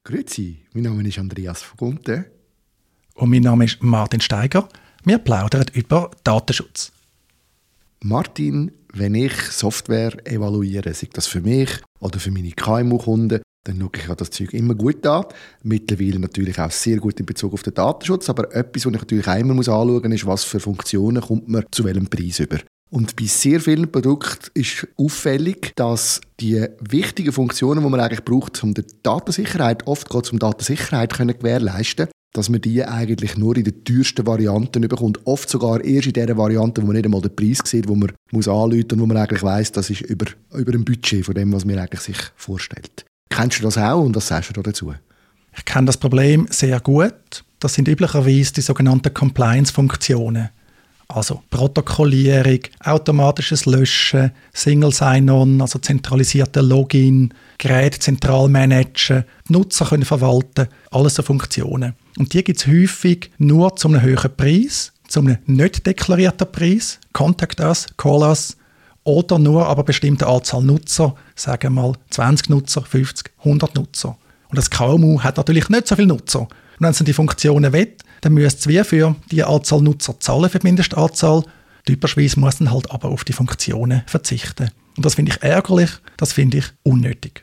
Grüezi, mein Name ist Andreas von Gunten. Und mein Name ist Martin Steiger. Wir plaudern über Datenschutz. Martin, wenn ich Software evaluiere, sei das für mich oder für meine KMU-Kunden, dann schaue ich das Zeug immer gut an. Mittlerweile natürlich auch sehr gut in Bezug auf den Datenschutz. Aber etwas, was ich natürlich auch immer anschauen muss, ist, was für Funktionen kommt man zu welchem Preis über. Und bei sehr vielen Produkten ist auffällig, dass die wichtigen Funktionen, die man eigentlich braucht, um die Datensicherheit, oft geht es um Datensicherheit, können gewährleisten, dass man die eigentlich nur in den teuersten Varianten bekommt. Oft sogar erst in der Variante, wo man nicht einmal den Preis sieht, wo man muss anrufen und wo man eigentlich weiss, das ist über dem Budget von dem, was man eigentlich sich vorstellt. Kennst du das auch und was sagst du dazu? Ich kenne das Problem sehr gut. Das sind üblicherweise die sogenannten Compliance-Funktionen. Also Protokollierung, automatisches Löschen, Single Sign-On, also zentralisierter Login, Geräte zentral managen, die Nutzer können verwalten, alles so Funktionen. Und die gibt es häufig nur zu einem höheren Preis, zu einem nicht deklarierten Preis, Contact Us, Call Us, oder nur aber bestimmte Anzahl Nutzer, sagen wir mal 20 Nutzer, 50, 100 Nutzer. Und das KMU hat natürlich nicht so viele Nutzer. Und wenn es die Funktionen will, dann müsste es wie für die Anzahl Nutzer zahlen für die Mindestanzahl. Typischerweise muss dann halt aber auf die Funktionen verzichten. Und das finde ich ärgerlich, das finde ich unnötig.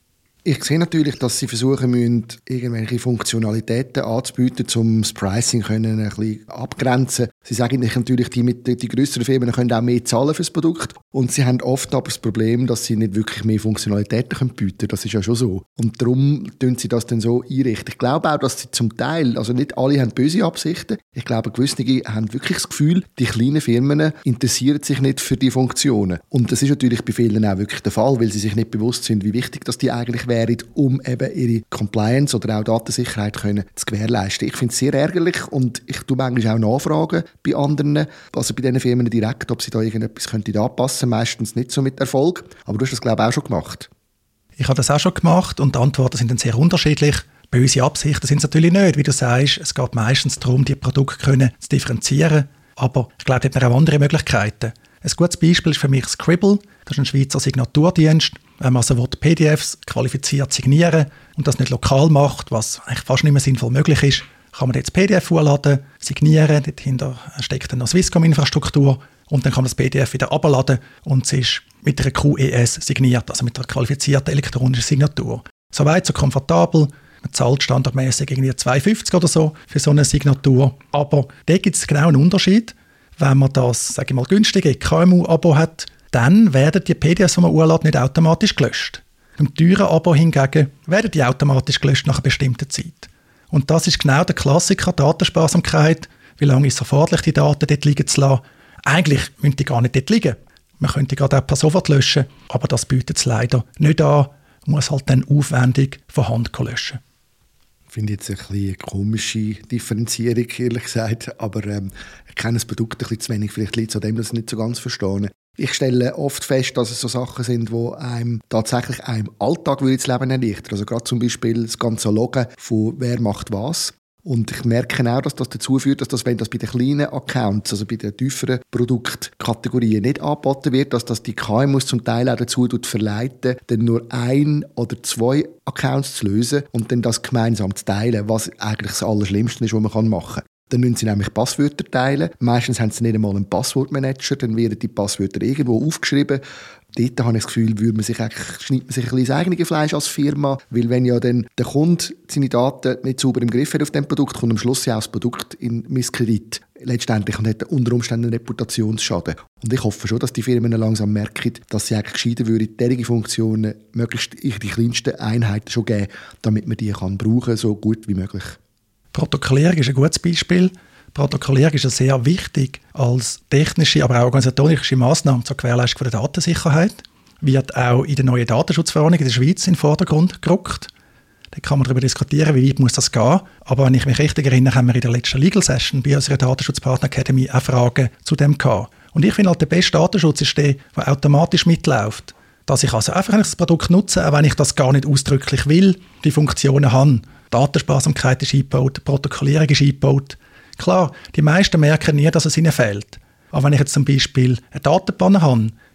Ich sehe natürlich, dass sie versuchen müssen, irgendwelche Funktionalitäten anzubieten, um das Pricing können ein bisschen abgrenzen. Sie sagen natürlich, die grösseren Firmen können auch mehr zahlen für das Produkt. Und sie haben oft aber das Problem, dass sie nicht wirklich mehr Funktionalitäten bieten können. Das ist ja schon so. Und darum tun sie das dann so einrichten. Ich glaube auch, dass sie zum Teil, also nicht alle haben böse Absichten. Ich glaube, gewisse haben wirklich das Gefühl, die kleinen Firmen interessieren sich nicht für die Funktionen. Und das ist natürlich bei vielen auch wirklich der Fall, weil sie sich nicht bewusst sind, wie wichtig das die eigentlich wären, um eben ihre Compliance oder auch Datensicherheit können zu gewährleisten. Ich finde es sehr ärgerlich und ich tue manchmal auch Nachfragen bei anderen, also bei diesen Firmen direkt, ob sie da irgendetwas anpassen könnten. Meistens nicht so mit Erfolg. Aber du hast das, glaube ich, auch schon gemacht. Ich habe das auch schon gemacht und die Antworten sind dann sehr unterschiedlich. Böse Absichten sind es natürlich nicht, wie du sagst. Es geht meistens darum, die Produkte zu differenzieren. Aber ich glaube, da hat man auch andere Möglichkeiten. Ein gutes Beispiel ist für mich Scribble. Das ist ein Schweizer Signaturdienst. Wenn man also PDFs qualifiziert signieren und das nicht lokal macht, was eigentlich fast nicht mehr sinnvoll möglich ist, kann man jetzt PDF vorladen, signieren, dahinter steckt dann noch Swisscom-Infrastruktur und dann kann man das PDF wieder abladen und es ist mit einer QES signiert, also mit einer qualifizierten elektronischen Signatur. Soweit so komfortabel. Man zahlt standardmäßig irgendwie 2,50 oder so für so eine Signatur. Aber da gibt es genau einen Unterschied. Wenn man das, sage ich mal, günstige KMU-Abo hat, dann werden die PDFs, die man urlässt, nicht automatisch gelöscht. Im teuren Abo hingegen werden die automatisch gelöscht nach einer bestimmten Zeit. Und das ist genau der Klassiker, Datensparsamkeit. Wie lange ist es erforderlich, die Daten dort liegen zu lassen? Eigentlich müssen die gar nicht dort liegen. Man könnte gerade auch per sofort löschen, aber das bietet es leider nicht an. Man muss halt dann aufwendig von Hand löschen. Ich finde jetzt ein bisschen eine komische Differenzierung, ehrlich gesagt. Aber ich kenne das Produkt ein bisschen zu wenig. Vielleicht liegt es an dem, dass ich es nicht so ganz verstehe. Ich stelle oft fest, dass es so Sachen sind, die einem tatsächlich einem Alltag das Leben erleichtern. Also gerade zum Beispiel das ganze Loggen von wer macht was. Und ich merke auch, dass das dazu führt, dass das, wenn das bei den kleinen Accounts, also bei den tieferen Produktkategorien nicht angeboten wird, dass das die KMUs zum Teil auch dazu verleiten, dann nur 1 oder 2 Accounts zu lösen und dann das gemeinsam zu teilen, was eigentlich das Allerschlimmste ist, was man machen kann. Dann müssen sie nämlich Passwörter teilen. Meistens haben sie nicht einmal einen Passwortmanager, dann werden die Passwörter irgendwo aufgeschrieben. Dort habe ich das Gefühl, schneidet man sich ein bisschen das eigene Fleisch als Firma, weil wenn ja dann der Kunde seine Daten nicht sauber im Griff hat auf dem Produkt, kommt am Schluss ja auch das Produkt in Misskredit letztendlich und hat unter Umständen einen Reputationsschaden. Und ich hoffe schon, dass die Firmen langsam merken, dass sie eigentlich gescheiter würden, derige Funktionen möglichst in die kleinsten Einheiten schon geben, damit man die kann brauchen, so gut wie möglich. Protokollierung ist ein gutes Beispiel. Protokollierung ist sehr wichtig als technische, aber auch organisatorische Massnahme zur Gewährleistung der Datensicherheit. Wird auch in der neuen Datenschutzverordnung in der Schweiz in den Vordergrund gerückt. Da kann man darüber diskutieren, wie weit muss das gehen. Aber wenn ich mich richtig erinnere, haben wir in der letzten Legal Session bei unserer Datenschutzpartner Academy auch Fragen zu dem gehabt. Und ich finde halt, der beste Datenschutz ist der automatisch mitläuft. Dass ich also einfach das Produkt nutze, auch wenn ich das gar nicht ausdrücklich will, die Funktionen habe. Datensparsamkeit ist eingebaut, Protokollierung ist eingebaut. Klar, die meisten merken nie, dass es ihnen fehlt. Aber wenn ich jetzt zum Beispiel eine Datenpanne habe,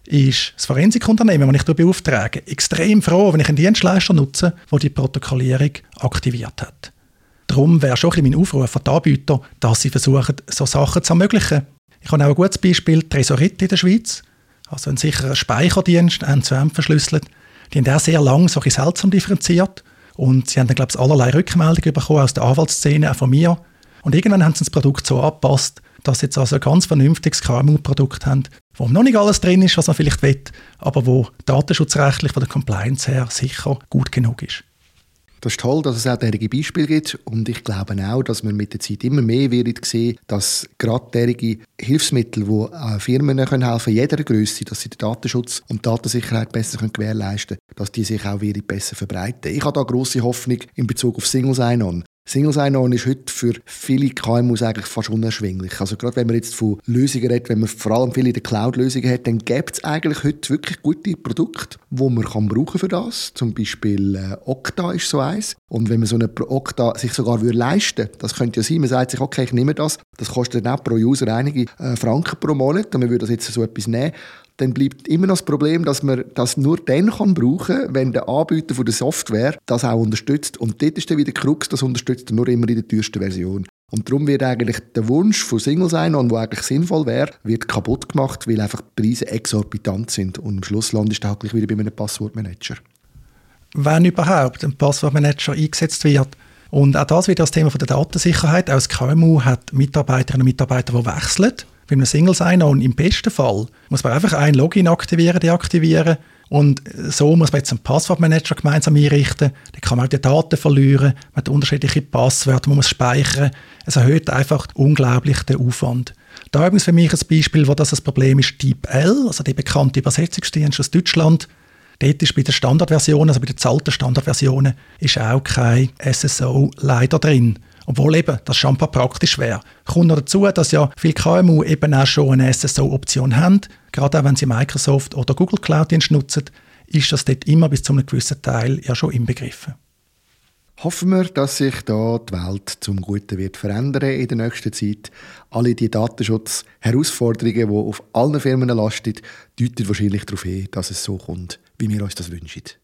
ist das Forensikunternehmen, das ich beauftrage, extrem froh, wenn ich einen Dienstleister nutze, der die Protokollierung aktiviert hat. Darum wäre schon ein bisschen mein Aufruf an die Anbieter, dass sie versuchen, so Sachen zu ermöglichen. Ich habe auch ein gutes Beispiel, Tresorit in der Schweiz, also ein sicherer Speicherdienst, end-zu-end verschlüsselt. Die haben auch sehr lange so ein bisschen seltsam differenziert und sie haben dann, glaube ich, allerlei Rückmeldungen bekommen aus der Anwaltsszene, auch von mir. Und irgendwann haben sie das Produkt so angepasst, dass sie jetzt also ein ganz vernünftiges KMU-Produkt haben, wo noch nicht alles drin ist, was man vielleicht will, aber wo datenschutzrechtlich von der Compliance her sicher gut genug ist. Das ist toll, dass es auch solche Beispiele gibt und ich glaube auch, dass man mit der Zeit immer mehr wird sehen, dass gerade solche Hilfsmittel, die Firmen helfen können, jeder Grösse, dass sie den Datenschutz und die Datensicherheit besser gewährleisten können, dass die sich auch besser verbreiten. Ich habe da grosse Hoffnung in Bezug auf Single Sign-On. Single Sign-On ist heute für viele KMUs eigentlich fast unerschwinglich. Also gerade wenn man jetzt von Lösungen redet, wenn man vor allem viele in der Cloud-Lösungen hat, dann gibt es eigentlich heute wirklich gute Produkte, die man brauchen für das. Zum Beispiel Okta ist so eins. Und wenn man so eine Okta sich sogar leisten würde, das könnte ja sein, man sagt sich, okay, ich nehme das kostet dann auch pro User einige Franken pro Monat und man würde das jetzt so etwas nehmen. Dann bleibt immer noch das Problem, dass man das nur dann brauchen kann, wenn der Anbieter von der Software das auch unterstützt. Und dort ist dann wieder Krux, das unterstützt er nur immer in der teuersten Version. Und darum wird eigentlich der Wunsch von Single Sign-On, der eigentlich sinnvoll wäre, wird kaputt gemacht, weil einfach die Preise exorbitant sind. Und am Schluss landest du halt gleich wieder bei einem Passwortmanager. Wenn überhaupt ein Passwortmanager eingesetzt wird. Und auch das wieder das Thema von der Datensicherheit. Auch das KMU hat Mitarbeiterinnen und Mitarbeiter, die wechseln. Bei einem Single Sign-On im besten Fall muss man einfach ein Login aktivieren, deaktivieren und so muss man jetzt einen Passwortmanager gemeinsam einrichten. Dann kann man auch die Daten verlieren, man hat unterschiedliche Passwörter, man muss speichern. Es erhöht einfach unglaublich den Aufwand. Da übrigens für mich ein Beispiel, wo das ein Problem ist, DeepL, also die bekannte Übersetzungsdienst aus Deutschland. Dort ist bei den Standardversionen, also bei den zahlten Standardversionen, ist auch kein SSO leider drin. Obwohl eben das schon praktisch wäre. Kommt noch dazu, dass ja viele KMU eben auch schon eine SSO-Option haben. Gerade auch wenn sie Microsoft oder Google Cloud-Dienst nutzen, ist das dort immer bis zu einem gewissen Teil ja schon inbegriffen. Hoffen wir, dass sich da die Welt zum Guten wird verändern in der nächsten Zeit. Alle die Datenschutz-Herausforderungen, die auf allen Firmen lasten, deuten wahrscheinlich darauf hin, dass es so kommt, wie wir uns das wünschen.